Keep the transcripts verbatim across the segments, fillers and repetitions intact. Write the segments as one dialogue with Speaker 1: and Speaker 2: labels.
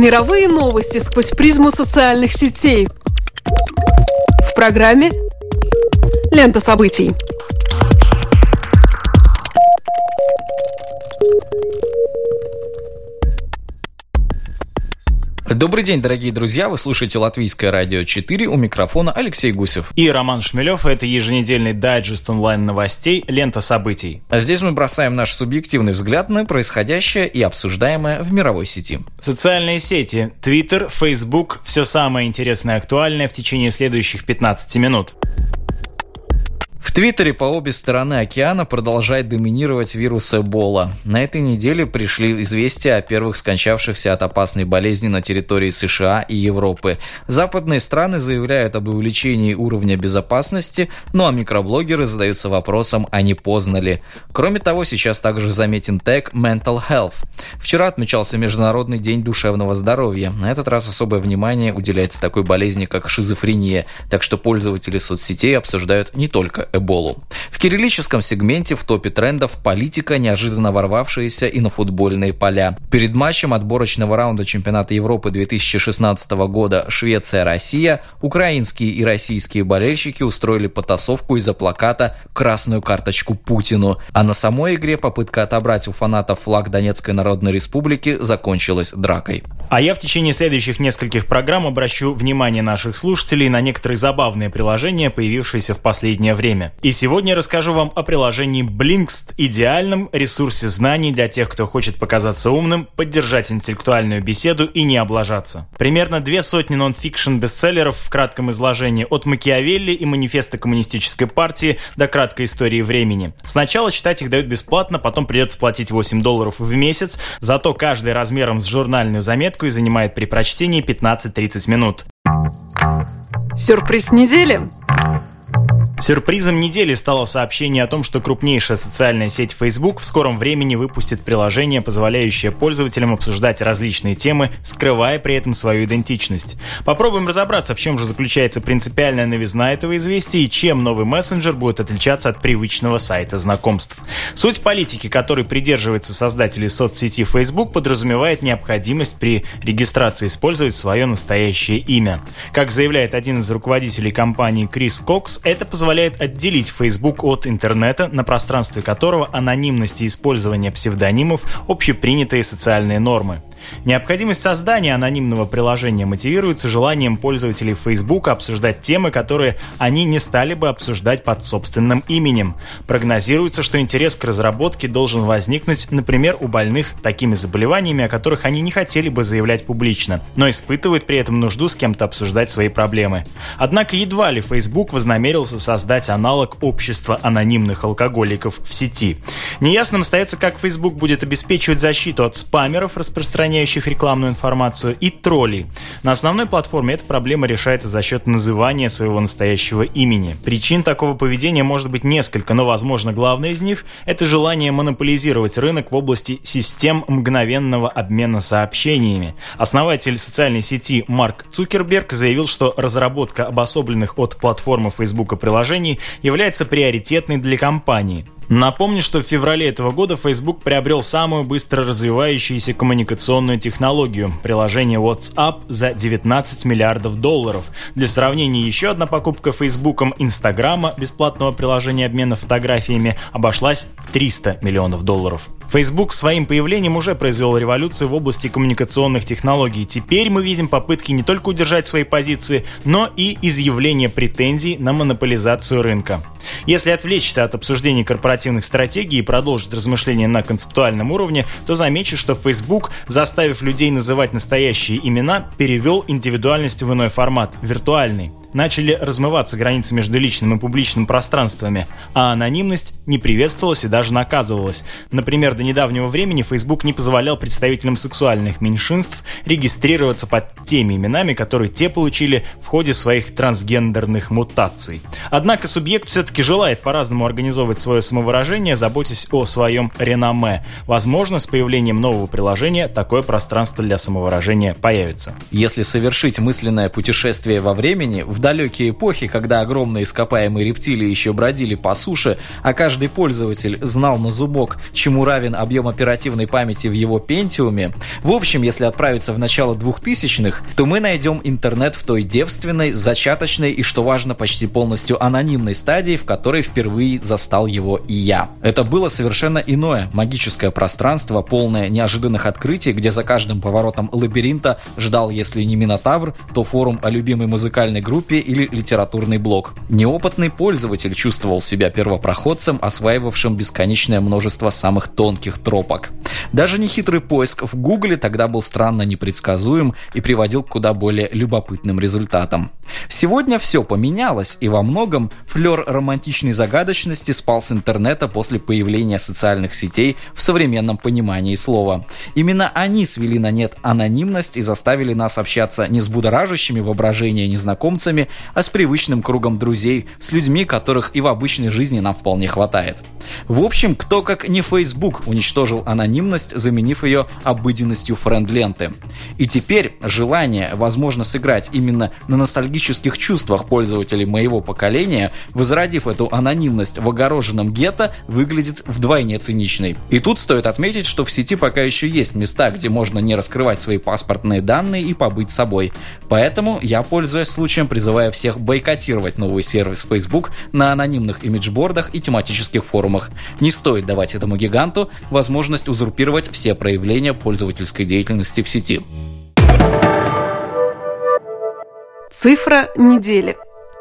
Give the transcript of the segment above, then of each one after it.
Speaker 1: Мировые новости сквозь призму социальных сетей. В программе «Лента событий».
Speaker 2: Добрый день, дорогие друзья, вы слушаете Латвийское радио четыре, у микрофона Алексей Гусев.
Speaker 3: И Роман Шмелев, это еженедельный дайджест онлайн-новостей «Лента событий».
Speaker 2: А здесь мы бросаем наш субъективный взгляд на происходящее и обсуждаемое в мировой сети.
Speaker 3: Социальные сети, Twitter, Facebook, все самое интересное и актуальное в течение следующих пятнадцати минут.
Speaker 2: В Твиттере по обе стороны океана продолжает доминировать вирус Эбола. На этой неделе пришли известия о первых скончавшихся от опасной болезни на территории США и Европы. Западные страны заявляют об увеличении уровня безопасности, ну а микроблогеры задаются вопросом, а не поздно ли. Кроме того, сейчас также заметен тег «Mental Health». Вчера отмечался Международный день душевного здоровья. На этот раз особое внимание уделяется такой болезни, как шизофрения, так что пользователи соцсетей обсуждают не только Эболу. В кириллическом сегменте в топе трендов политика, неожиданно ворвавшаяся и на футбольные поля. Перед матчем отборочного раунда чемпионата Европы две тысячи шестнадцатого года Швеция-Россия украинские и российские болельщики устроили потасовку из-за плаката «Красную карточку Путину». А на самой игре попытка отобрать у фанатов флаг Донецкой Народной Республики закончилась дракой.
Speaker 3: А я в течение следующих нескольких программ обращу внимание наших слушателей на некоторые забавные приложения, появившиеся в последнее время. И сегодня расскажу вам о приложении Blinkist, идеальном ресурсе знаний для тех, кто хочет показаться умным, поддержать интеллектуальную беседу и не облажаться. Примерно две сотни нон-фикшн бестселлеров в кратком изложении от Макиавелли и манифеста коммунистической партии до краткой истории времени. Сначала читать их дают бесплатно, потом придется платить восемь долларов в месяц, зато каждый размером с журнальную заметку и занимает при прочтении пятнадцать-тридцать минут.
Speaker 1: Сюрприз недели.
Speaker 3: Сюрпризом недели стало сообщение о том, что крупнейшая социальная сеть Facebook в скором времени выпустит приложение, позволяющее пользователям обсуждать различные темы, скрывая при этом свою идентичность. Попробуем разобраться, в чем же заключается принципиальная новизна этого известия и чем новый мессенджер будет отличаться от привычного сайта знакомств. Суть политики, которой придерживаются создатели соцсети Facebook, подразумевает необходимость при регистрации использовать свое настоящее имя. Как заявляет один из руководителей компании Крис Кокс, это позволяет отделить Facebook от интернета, на пространстве которого анонимность и использование псевдонимов – общепринятые социальные нормы. Необходимость создания анонимного приложения мотивируется желанием пользователей Facebook обсуждать темы, которые они не стали бы обсуждать под собственным именем. Прогнозируется, что интерес к разработке должен возникнуть, например, у больных такими заболеваниями, о которых они не хотели бы заявлять публично, но испытывают при этом нужду с кем-то обсуждать свои проблемы. Однако едва ли Facebook вознамерился создать аналог общества анонимных алкоголиков в сети. Неясным остается, как Facebook будет обеспечивать защиту от спамеров, распространяющих рекламную информацию, и троллей. На основной платформе эта проблема решается за счет называния своего настоящего имени. Причин такого поведения может быть несколько, но, возможно, главное из них – это желание монополизировать рынок в области систем мгновенного обмена сообщениями. Основатель социальной сети Марк Цукерберг заявил, что разработка обособленных от платформы Facebook приложений является приоритетной для компании. Напомню, что в феврале этого года Facebook приобрел самую быстро развивающуюся коммуникационную технологию – приложение WhatsApp за девятнадцать миллиардов долларов. Для сравнения, еще одна покупка Фейсбуком Инстаграма, бесплатного приложения обмена фотографиями, обошлась в триста миллионов долларов. Facebook своим появлением уже произвел революцию в области коммуникационных технологий. Теперь мы видим попытки не только удержать свои позиции, но и изъявление претензий на монополизацию рынка. Если отвлечься от обсуждения корпоративных стратегий и продолжить размышления на концептуальном уровне, то замечу, что Facebook, заставив людей называть настоящие имена, перевел индивидуальность в иной формат – виртуальный. Начали размываться границы между личным и публичным пространствами, а анонимность не приветствовалась и даже наказывалась. Например, до недавнего времени Facebook не позволял представителям сексуальных меньшинств регистрироваться под теми именами, которые те получили в ходе своих трансгендерных мутаций. Однако субъект все-таки желает по-разному организовывать свое самовыражение, заботясь о своем реноме. Возможно, с появлением нового приложения такое пространство для самовыражения появится.
Speaker 2: Если совершить мысленное путешествие во времени, в далекие эпохи, когда огромные ископаемые рептилии еще бродили по суше, а каждый пользователь знал на зубок, чему равен объем оперативной памяти в его Пентиуме, в общем, если отправиться в начало двухтысячных, то мы найдем интернет в той девственной, зачаточной и, что важно, почти полностью анонимной стадии, в которой впервые застал его и я. Это было совершенно иное, магическое пространство, полное неожиданных открытий, где за каждым поворотом лабиринта ждал, если не Минотавр, то форум о любимой музыкальной группе или литературный блог. Неопытный пользователь чувствовал себя первопроходцем, осваивавшим бесконечное множество самых тонких тропок. Даже нехитрый поиск в Гугле тогда был странно непредсказуем и приводил к куда более любопытным результатам. Сегодня все поменялось, и во многом флер романтичной загадочности спал с интернета после появления социальных сетей в современном понимании слова. Именно они свели на нет анонимность и заставили нас общаться не с будоражащими воображение незнакомцами, а с привычным кругом друзей, с людьми, которых и в обычной жизни нам вполне хватает. В общем, кто как не Facebook уничтожил анонимность, заменив ее обыденностью френд-ленты. И теперь желание, возможно, сыграть именно на ностальгических чувствах пользователей моего поколения, возродив эту анонимность в огороженном гетто, выглядит вдвойне циничной. И тут стоит отметить, что в сети пока еще есть места, где можно не раскрывать свои паспортные данные и побыть собой. Поэтому я, пользуясь случаем, призываю всех бойкотировать новый сервис Facebook на анонимных имиджбордах и тематических форумах. Не стоит давать этому гиганту возможность узурпировать все проявления пользовательской деятельности в сети.
Speaker 1: Цифра недели.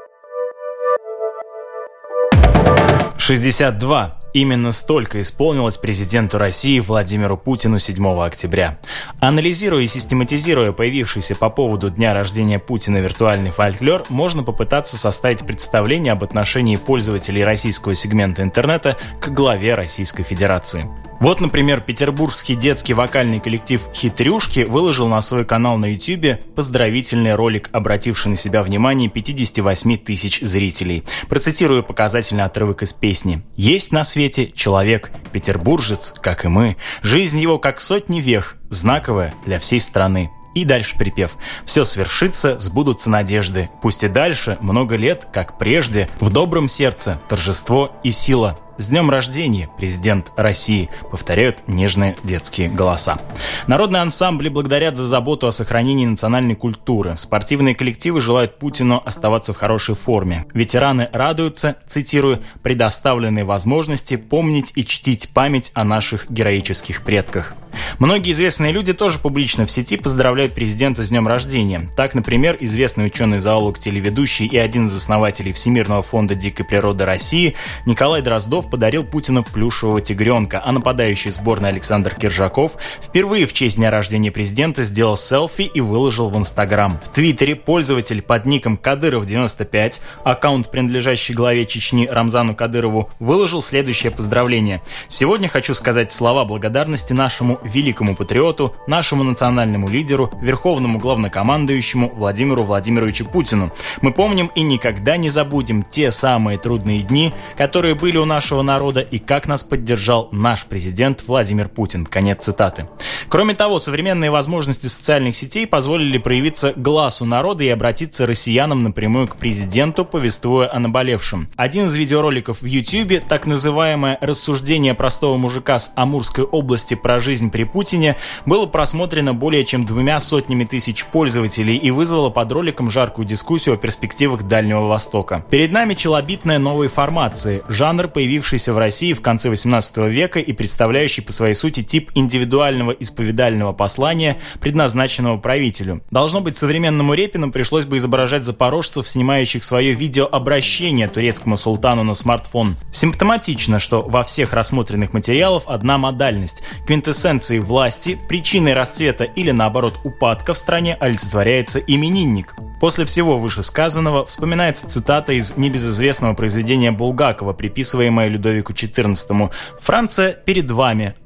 Speaker 3: шестьдесят два. Именно столько исполнилось президенту России Владимиру Путину седьмого октября. Анализируя и систематизируя появившийся по поводу дня рождения Путина виртуальный фольклор, можно попытаться составить представление об отношении пользователей российского сегмента интернета к главе Российской Федерации. Вот, например, петербургский детский вокальный коллектив «Хитрюшки» выложил на свой канал на Ютубе поздравительный ролик, обративший на себя внимание пятьдесят восемь тысяч зрителей. Процитирую показательный отрывок из песни. «Есть на свете человек, петербуржец, как и мы. Жизнь его, как сотни вех, знаковая для всей страны». И дальше припев. «Все свершится, сбудутся надежды. Пусть и дальше, много лет, как прежде, в добром сердце торжество и сила. С днем рождения, президент России», повторяют нежные детские голоса. Народные ансамбли благодарят за заботу о сохранении национальной культуры. Спортивные коллективы желают Путину оставаться в хорошей форме. Ветераны радуются, цитирую, «предоставленной возможности помнить и чтить память о наших героических предках». Многие известные люди тоже публично в сети поздравляют президента с днем рождения. Так, например, известный ученый-зоолог, телеведущий и один из основателей Всемирного фонда дикой природы России Николай Дроздов подарил Путину плюшевого тигренка, а нападающий сборной Александр Киржаков впервые в честь дня рождения президента сделал селфи и выложил в Инстаграм. В Твиттере пользователь под ником Кадыров девяносто пять, аккаунт, принадлежащий главе Чечни Рамзану Кадырову, выложил следующее поздравление. «Сегодня хочу сказать слова благодарности нашему великому патриоту, нашему национальному лидеру, верховному главнокомандующему Владимиру Владимировичу Путину. Мы помним и никогда не забудем те самые трудные дни, которые были у нашего народа, и как нас поддержал наш президент Владимир Путин». Конец цитаты. Кроме того, современные возможности социальных сетей позволили проявиться глазу народа и обратиться россиянам напрямую к президенту, повествуя о наболевшем. Один из видеороликов в Ютьюбе, так называемое «Рассуждение простого мужика с Амурской области про жизнь при Путине», было просмотрено более чем двумя сотнями тысяч пользователей и вызвало под роликом жаркую дискуссию о перспективах Дальнего Востока. Перед нами челобитная новой формации, жанр, появившийся в России в конце восемнадцатого века и представляющий по своей сути тип индивидуального исповедального послания, предназначенного правителю. Должно быть, современному Репину пришлось бы изображать запорожцев, снимающих свое видеообращение турецкому султану на смартфон. Симптоматично, что во всех рассмотренных материалах одна модальность. Квинтэссенцией власти, причиной расцвета или, наоборот, упадка в стране олицетворяется именинник. После всего вышесказанного вспоминается цитата из небезызвестного произведения Булгакова, приписываемая Людовику четырнадцатому. «Франция перед вами,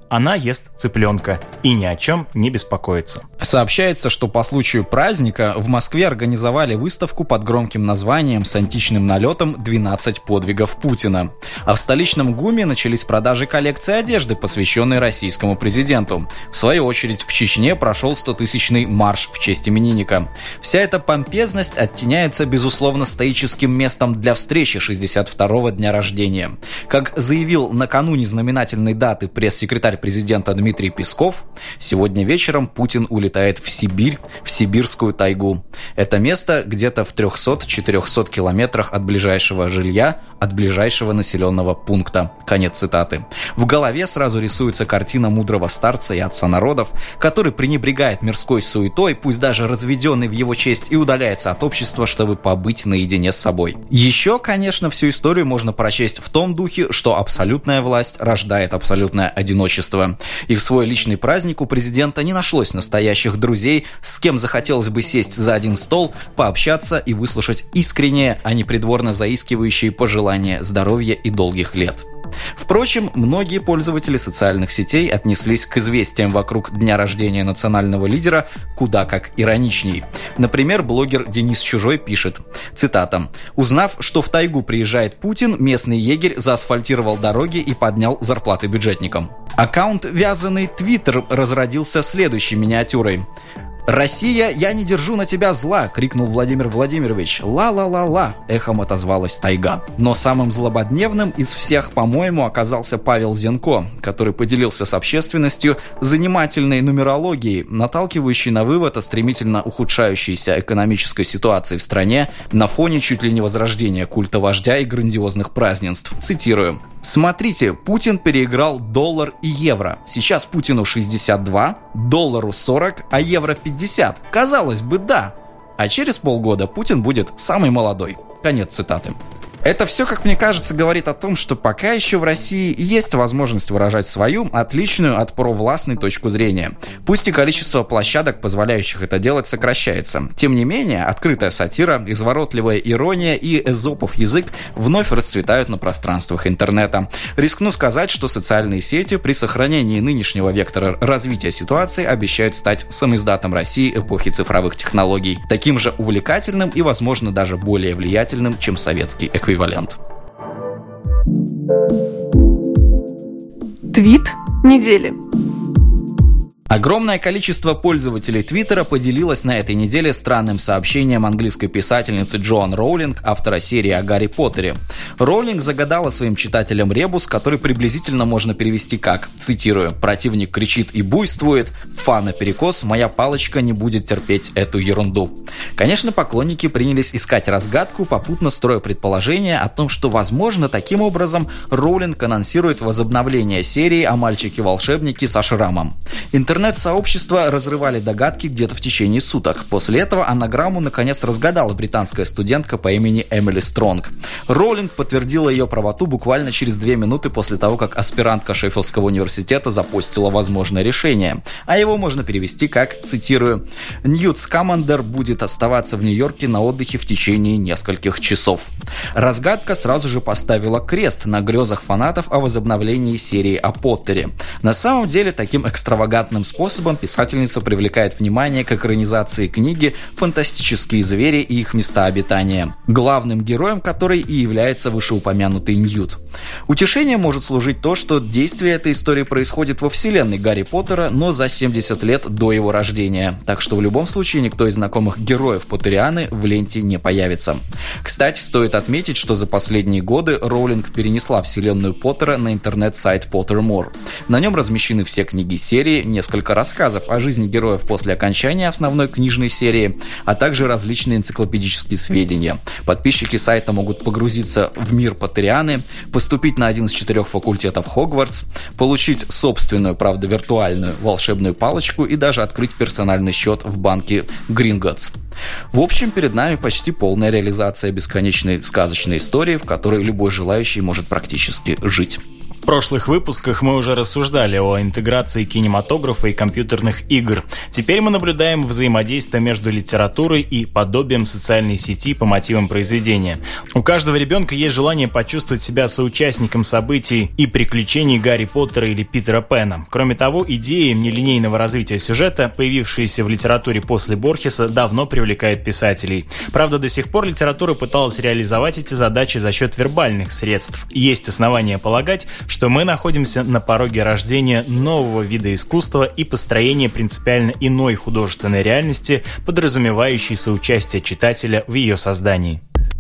Speaker 3: Она ест цыпленка и ни о чем не беспокоится.
Speaker 2: Сообщается, что по случаю праздника в Москве организовали выставку под громким названием с античным налетом «двенадцать подвигов Путина». А в столичном ГУМе начались продажи коллекции одежды, посвященной российскому президенту. В свою очередь, в Чечне прошел стотысячный марш в честь именинника. Вся эта помпезность оттеняется, безусловно, стоическим местом для встречи шестьдесят второго дня рождения. Как заявил накануне знаменательной даты пресс-секретарь президента Дмитрий Песков, сегодня вечером Путин улетает в Сибирь, в сибирскую тайгу. Это место где-то в трехсот-четырехсот километрах от ближайшего жилья, от ближайшего населенного пункта. Конец цитаты. В голове сразу рисуется картина мудрого старца и отца народов, который пренебрегает мирской суетой, пусть даже разведенный в его честь, и удаляется от общества, чтобы побыть наедине с собой. Еще, конечно, всю историю можно прочесть в том духе, что абсолютная власть рождает абсолютное одиночество. И в свой личный праздник у президента не нашлось настоящих друзей, с кем захотелось бы сесть за один стол, пообщаться и выслушать искренние, а не придворно заискивающие пожелания здоровья и долгих лет. Впрочем, многие пользователи социальных сетей отнеслись к известиям вокруг дня рождения национального лидера куда как ироничней. Например, блогер Денис Чужой пишет, цитата: «Узнав, что в тайгу приезжает Путин, местный егерь заасфальтировал дороги и поднял зарплаты бюджетникам». Аккаунт «Вязаный Твиттер» разродился следующей миниатюрой. «Россия, я не держу на тебя зла!» — крикнул Владимир Владимирович. «Ла-ла-ла-ла!» — эхом отозвалась тайга. Но самым злободневным из всех, по-моему, оказался Павел Зенко, который поделился с общественностью занимательной нумерологией, наталкивающей на вывод о стремительно ухудшающейся экономической ситуации в стране на фоне чуть ли не возрождения культа вождя и грандиозных празднеств. Цитирую. «Смотрите, Путин переиграл доллар и евро. Сейчас Путину шестьдесят два, доллару сорок, а евро пятьдесят. Казалось бы, да. А через полгода Путин будет самый молодой». Конец цитаты. Это все, как мне кажется, говорит о том, что пока еще в России есть возможность выражать свою, отличную от провластной точку зрения. Пусть и количество площадок, позволяющих это делать, сокращается. Тем не менее, открытая сатира, изворотливая ирония и эзопов язык вновь расцветают на пространствах интернета. Рискну сказать, что социальные сети при сохранении нынешнего вектора развития ситуации обещают стать самиздатом России эпохи цифровых технологий, таким же увлекательным и, возможно, даже более влиятельным, чем советский эквивалент.
Speaker 1: Твит недели.
Speaker 2: Огромное количество пользователей Твиттера поделилось на этой неделе странным сообщением английской писательницы Джоан Роулинг, автора серии о Гарри Поттере. Роулинг загадала своим читателям ребус, который приблизительно можно перевести как, цитирую, «Противник кричит и буйствует, фа наперекос, моя палочка не будет терпеть эту ерунду». Конечно, поклонники принялись искать разгадку, попутно строя предположение о том, что, возможно, таким образом Роулинг анонсирует возобновление серии о мальчике-волшебнике со шрамом. Интернет-сообщество разрывали догадки где-то в течение суток. После этого анаграмму наконец разгадала британская студентка по имени Эмили Стронг. Роулинг подтвердила ее правоту буквально через две минуты после того, как аспирантка Шеффилдского университета запостила возможное решение. А его можно перевести как, цитирую, «Ньют Скамандер будет оставаться в Нью-Йорке на отдыхе в течение нескольких часов». Разгадка сразу же поставила крест на грезах фанатов о возобновлении серии о Поттере. На самом деле, таким экстравагантным способом писательница привлекает внимание к экранизации книги «Фантастические звери и их места обитания», главным героем которой и является вышеупомянутый Ньют. Утешением может служить то, что действие этой истории происходит во вселенной Гарри Поттера, но за семьдесят лет до его рождения, так что в любом случае никто из знакомых героев Поттерианы в ленте не появится. Кстати, стоит отметить, что за последние годы Роулинг перенесла вселенную Поттера на интернет-сайт Pottermore. На нем размещены все книги серии, несколько рассказов о жизни героев после окончания основной книжной серии, а также различные энциклопедические сведения. Подписчики сайта могут погрузиться в мир Поттерианы, поступить на один из четырех факультетов Хогвартс, получить собственную, правда виртуальную, волшебную палочку и даже открыть персональный счет в банке Гринготтс. В общем, перед нами почти полная реализация бесконечной сказочной истории, в которой любой желающий может практически жить.
Speaker 3: В прошлых выпусках мы уже рассуждали о интеграции кинематографа и компьютерных игр. Теперь мы наблюдаем взаимодействие между литературой и подобием социальной сети по мотивам произведения. У каждого ребенка есть желание почувствовать себя соучастником событий и приключений Гарри Поттера или Питера Пэна. Кроме того, идеи нелинейного развития сюжета, появившиеся в литературе после Борхеса, давно привлекают писателей. Правда, до сих пор литература пыталась реализовать эти задачи за счет вербальных средств. Есть основания полагать, что мы находимся на пороге рождения нового вида искусства и построения принципиально иной художественной реальности, подразумевающей соучастие читателя в ее создании.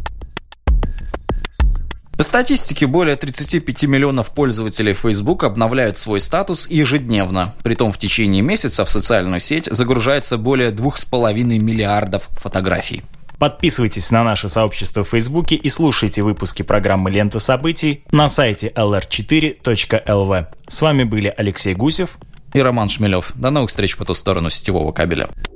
Speaker 2: По статистике, более тридцать пять миллионов пользователей Facebook обновляют свой статус ежедневно. Притом в течение месяца в социальную сеть загружается более двух с половиной миллиардов фотографий.
Speaker 3: Подписывайтесь на наше сообщество в Фейсбуке и слушайте выпуски программы «Лента событий» на сайте эл эр четыре точка эл ви. С вами были Алексей Гусев
Speaker 2: и Роман Шмелев. До новых встреч по ту сторону сетевого кабеля.